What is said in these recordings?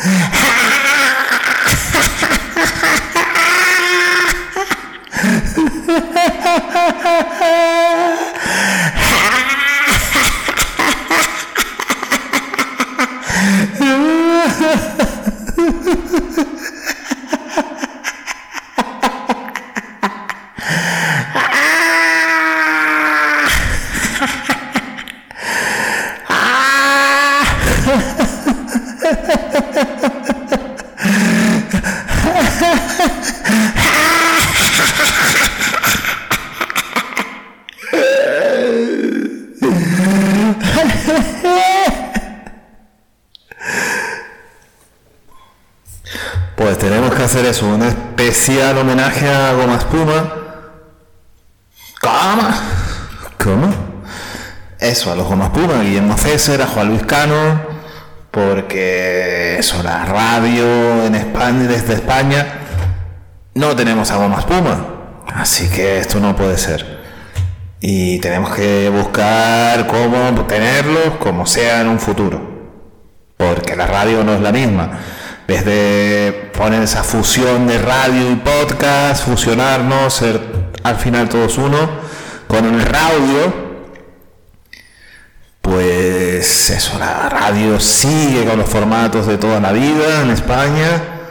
Pues tenemos que hacer eso, un especial homenaje a Goma Espuma. ¿Cómo? Eso, a los Goma Espuma, a Guillermo Fesser, a Juan Luis Cano, porque eso, la radio en España, desde España, no tenemos a Goma Espuma, así que esto no puede ser. Y tenemos que buscar cómo tenerlos, como sea en un futuro, porque la radio no es la misma. Desde poner esa fusión de radio y podcast, fusionarnos, ser al final todos uno, con el radio, pues eso, la radio sigue con los formatos de toda la vida en España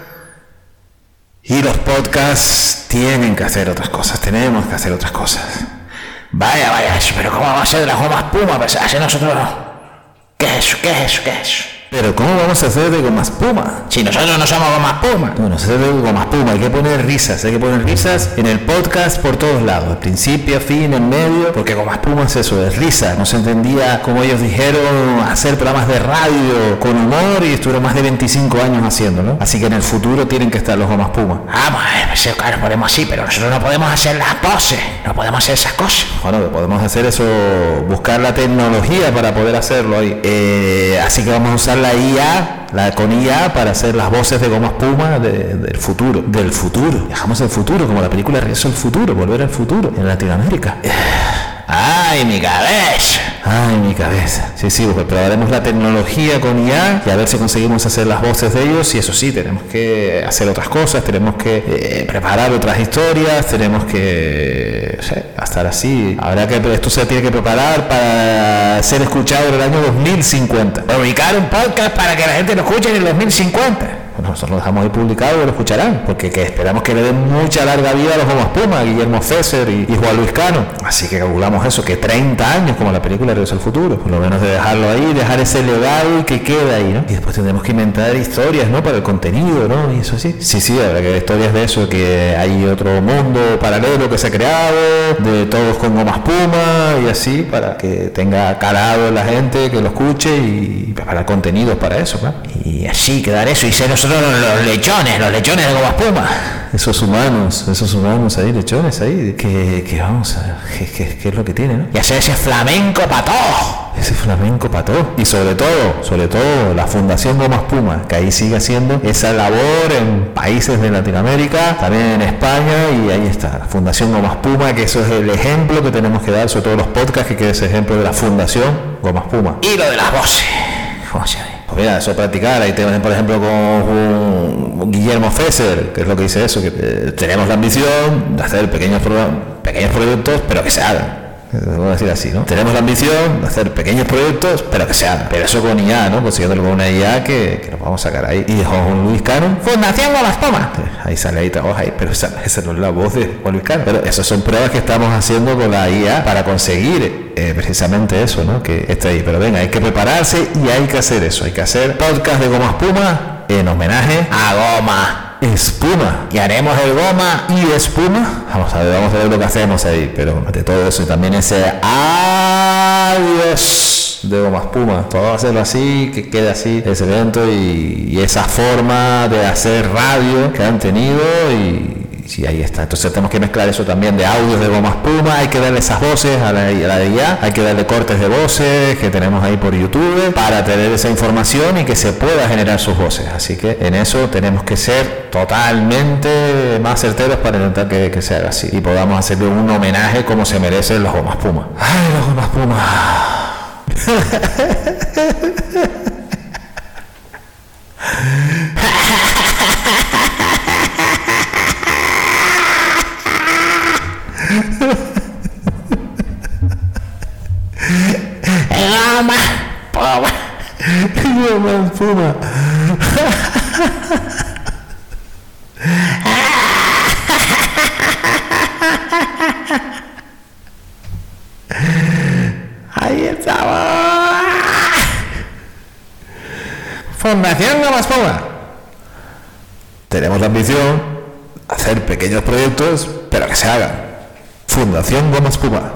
y los podcasts tienen que hacer otras cosas, tenemos que hacer otras cosas. Vaya, pero ¿cómo va a ser de la Goma Espuma? Pues así nosotros no. ¿Qué es eso? Pero ¿cómo vamos a hacer de Goma Espuma? Si nosotros no somos Goma Espuma. Bueno, se hace de Goma Espuma, hay que poner risas en el podcast por todos lados, de principio a fin, en medio, porque Goma Espuma es eso, es risa. No se entendía como ellos dijeron hacer programas de radio con humor y estuvieron más de 25 años haciéndolo. Así que en el futuro tienen que estar los Goma Espuma. Pues claro, podemos así, pero nosotros no podemos hacer las poses, no podemos hacer esas cosas. Bueno, que podemos hacer eso, buscar la tecnología para poder hacerlo ahí. Así que vamos a usar la IA, con IA para hacer las voces de Goma Espuma del futuro. Viajamos al futuro, como la película Regreso al Futuro, Volver al Futuro, en Latinoamérica. ¡Ay, mi cabeza! Sí, pues probaremos la tecnología con IA y a ver si conseguimos hacer las voces de ellos. Y eso sí, tenemos que hacer otras cosas, tenemos que preparar otras historias, tenemos que estar así. Esto se tiene que preparar para ser escuchado en el año 2050. Publicar un podcast para que la gente lo escuche en el 2050. Bueno, nosotros lo dejamos ahí publicado y lo escucharán, porque esperamos que le den mucha larga vida a los Goma Espuma, a Guillermo Fesser y Juan Luis Cano. Así que calculamos eso, que 30 años, como la película Regreso al Futuro, por lo menos de dejarlo ahí, dejar ese legado y que quede ahí, ¿no? Y después tendremos que inventar historias, ¿no? Para el contenido, ¿no? Y eso sí. Sí, habrá que ver historias de eso, que hay otro mundo paralelo que se ha creado, de todos con Goma Espuma y así, para que tenga calado la gente, que lo escuche y preparar contenidos para eso, ¿no? Y así quedar eso y ser nosotros los lechones de Goma Espuma. Esos humanos ahí, lechones ahí, que vamos a ver, ¿qué es lo que tiene, ¿no? Y hacer ese flamenco pató. Y sobre todo la Fundación Goma Espuma, que ahí sigue haciendo esa labor en países de Latinoamérica, también en España, y ahí está, la Fundación Goma Espuma, que eso es el ejemplo que tenemos que dar, sobre todo los podcasts, que quede ese ejemplo de la Fundación Goma Espuma. Y lo de las voces, ¿cómo se ve? Pues mira, eso practicar, ahí tenemos por ejemplo con Guillermo Fesser, que es lo que dice eso, que tenemos la ambición de hacer pequeños proyectos, pero que se hagan. Vamos a decir así, ¿no? Tenemos la ambición de hacer pequeños proyectos, pero que se hagan. Pero eso con IA, ¿no? Consiguiéndolo con una IA que nos vamos a sacar ahí. Y Juan Luis Cano, Fundación Goma Espuma. Ahí sale ahí, trabaja ahí, pero esa no es la voz de Juan Luis Cano. Pero esas son pruebas que estamos haciendo con la IA para conseguir precisamente eso, ¿no? Que esté ahí. Pero venga, hay que prepararse y hay que hacer eso. Hay que hacer podcast de Goma Espuma en homenaje a Goma Espuma. Y haremos el Goma y Espuma. Vamos a ver lo que hacemos ahí. Pero de todo eso y también ese adiós de Goma Espuma. Todo va a hacerlo así, que quede así ese evento y esa forma de hacer radio que han tenido y ahí está. Entonces tenemos que mezclar eso también de audios de Goma Espuma, hay que darle esas voces a la de IA, hay que darle cortes de voces que tenemos ahí por YouTube para tener esa información y que se pueda generar sus voces. Así que en eso tenemos que ser totalmente más certeros para intentar que se haga así y podamos hacerle un homenaje como se merecen los Goma Espuma. ¡Ay, los Goma Espuma! Goma Espuma. Goma Espuma. Ahí estamos. Fundación Goma Espuma. Tenemos la ambición de hacer pequeños proyectos, pero que se hagan. Fundación Goma Espuma.